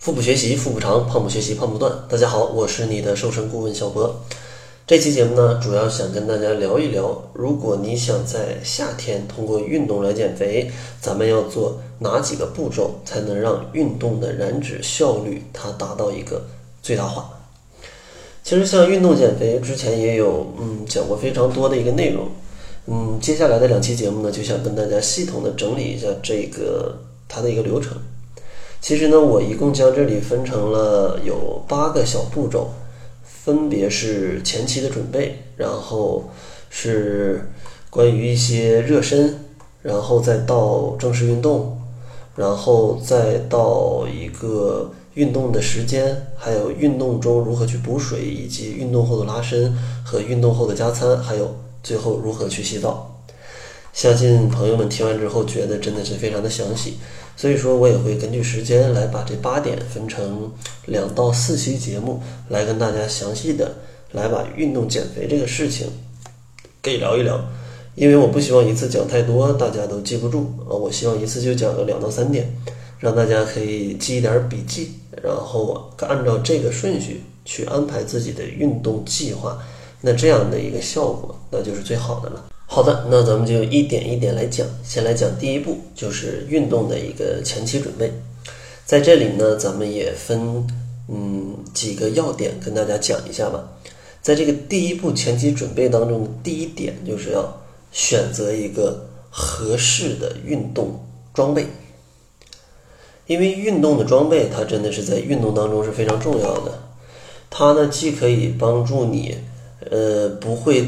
腹部学习腹部长，胖不学习胖不断。大家好，我是你的瘦身顾问小博。这期节目呢，主要想跟大家聊一聊，如果你想在夏天通过运动来减肥，咱们要做哪几个步骤，才能让运动的燃脂效率它达到一个最大化。其实像运动减肥之前也有讲过非常多的一个内容。接下来的2期节目呢，就想跟大家系统的整理一下它的一个流程。其实呢，我一共将这里分成了有8个小步骤，分别是前期的准备，然后是关于一些热身，然后再到正式运动，然后再到一个运动的时间，还有运动中如何去补水，以及运动后的拉伸和运动后的加餐，还有最后如何去洗澡。相信朋友们听完之后觉得真的是非常的详细，所以说我也会根据时间来把这8点分成2到4期节目，来跟大家详细的来把运动减肥这个事情给聊一聊。因为我不希望一次讲太多大家都记不住我希望一次就讲个2到3点，让大家可以记一点笔记，然后按照这个顺序去安排自己的运动计划，那这样的一个效果那就是最好的了。好的，那咱们就一点一点来讲。先来讲第一步，就是运动的一个前期准备。在这里呢，咱们也分几个要点跟大家讲一下吧。在这个第一步前期准备当中的第1点，就是要选择一个合适的运动装备。因为运动的装备它真的是在运动当中是非常重要的。它呢既可以帮助你不会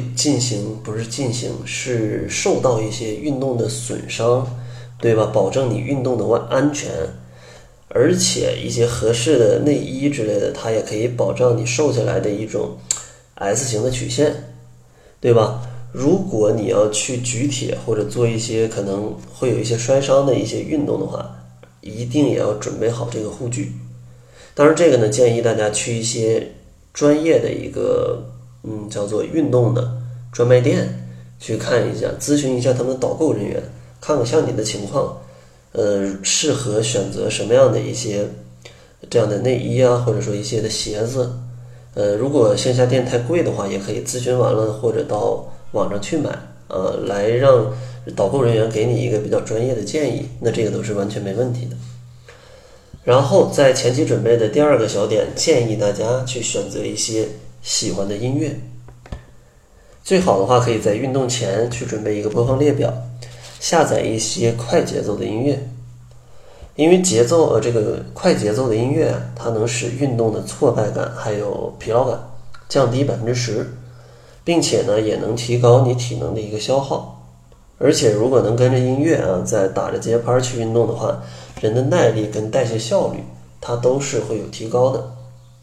是受到一些运动的损伤，对吧？保证你运动的安全，而且一些合适的内衣之类的，它也可以保障你瘦下来的一种 S 型的曲线，对吧？如果你要去举铁或者做一些可能会有一些摔伤的一些运动的话，一定也要准备好这个护具。当然这个呢，建议大家去一些专业的一个叫做运动的专卖店去看一下，咨询一下他们的导购人员，看看像你的情况适合选择什么样的一些这样的内衣啊，或者说一些的鞋子。如果线下店太贵的话，也可以咨询完了或者到网上去买来让导购人员给你一个比较专业的建议，那这个都是完全没问题的。然后在前期准备的第2个小点，建议大家去选择一些喜欢的音乐。最好的话可以在运动前去准备一个播放列表，下载一些快节奏的音乐。因为这个快节奏的音乐它能使运动的挫败感还有疲劳感降低 10%， 并且呢也能提高你体能的一个消耗。而且如果能跟着音乐在打着节拍去运动的话，人的耐力跟代谢效率它都是会有提高的。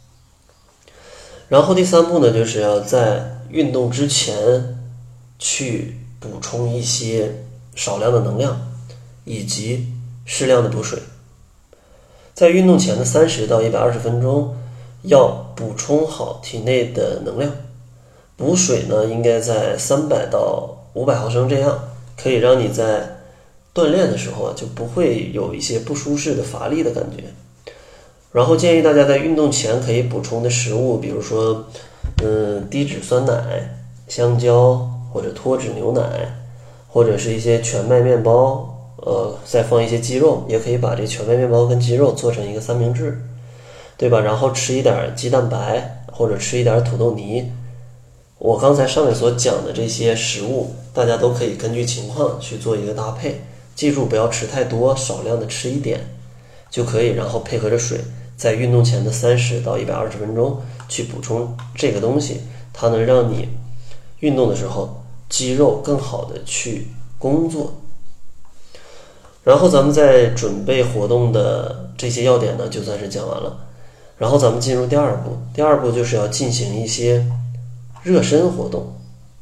然后第3步呢，就是要在运动之前去补充一些少量的能量以及适量的补水。在运动前的30到120分钟要补充好体内的能量，补水呢应该在300到500毫升，这样可以让你在锻炼的时候就不会有一些不舒适的乏力的感觉。然后建议大家在运动前可以补充的食物，比如说低脂酸奶、香蕉或者脱脂牛奶，或者是一些全麦面包，再放一些鸡肉，也可以把这全麦面包跟鸡肉做成一个三明治，对吧？然后吃一点鸡蛋白或者吃一点土豆泥。我刚才上面所讲的这些食物，大家都可以根据情况去做一个搭配，记住不要吃太多，少量的吃一点就可以，然后配合着水，在运动前的30到120分钟去补充这个东西，它能让你运动的时候肌肉更好的去工作。然后咱们在准备活动的这些要点呢，就算是讲完了。然后咱们进入第2步，第2步就是要进行一些热身活动。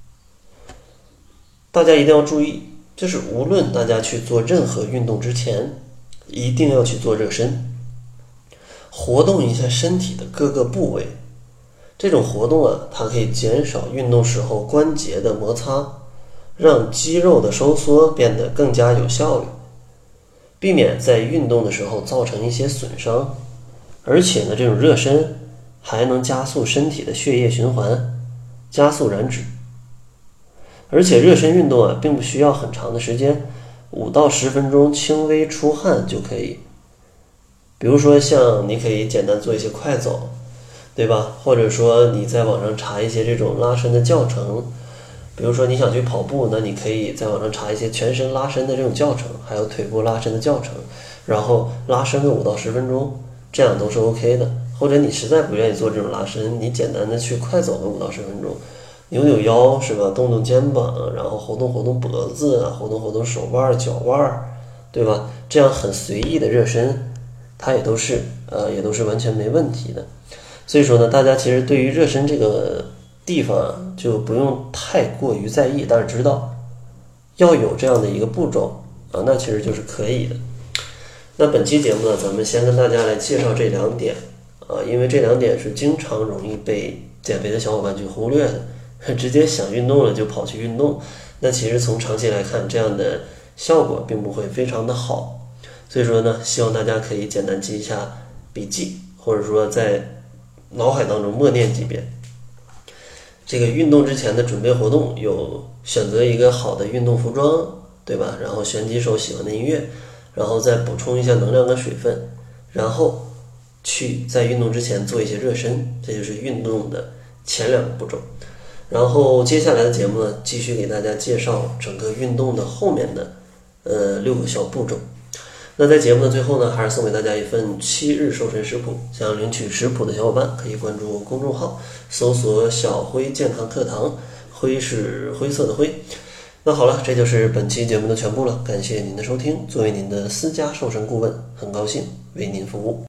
大家一定要注意，就是无论大家去做任何运动之前，一定要去做热身，活动一下身体的各个部位。这种活动它可以减少运动时候关节的摩擦，让肌肉的收缩变得更加有效率，避免在运动的时候造成一些损伤。 而且呢，这种热身还能加速身体的血液循环，加速燃脂。而且热身运动啊，并不需要很长的时间，5到10分钟轻微出汗就可以。比如说像你可以简单做一些快走，对吧？或者说你在网上查一些这种拉伸的教程，比如说你想去跑步，那你可以在网上查一些全身拉伸的这种教程，还有腿部拉伸的教程，然后拉伸个5到10分钟，这样都是 OK 的。或者你实在不愿意做这种拉伸，你简单的去快走个5到10分钟，扭扭腰是吧？动动肩膀，然后活动活动脖子啊，活动活动手腕、脚腕，对吧？这样很随意的热身，它也都是完全没问题的。所以说呢，大家其实对于热身这个地方啊，就不用太过于在意，但是知道要有这样的一个步骤啊，那其实就是可以的。那本期节目呢，咱们先跟大家来介绍这2点啊，因为这2点是经常容易被减肥的小伙伴去忽略的，直接想运动了就跑去运动，那其实从长期来看，这样的效果并不会非常的好。所以说呢，希望大家可以简单记一下笔记，或者说在脑海当中默念几遍。这个运动之前的准备活动有选择一个好的运动服装，对吧？然后选几首喜欢的音乐，然后再补充一下能量跟水分，然后去在运动之前做一些热身，这就是运动的前2个步骤。然后接下来的节目呢，继续给大家介绍整个运动的后面的6个小步骤。那在节目的最后呢，还是送给大家一份7日瘦身食谱，想领取食谱的小伙伴可以关注公众号，搜索小辉健康课堂，辉是灰色的灰。那好了，这就是本期节目的全部了，感谢您的收听。作为您的私家瘦身顾问，很高兴为您服务。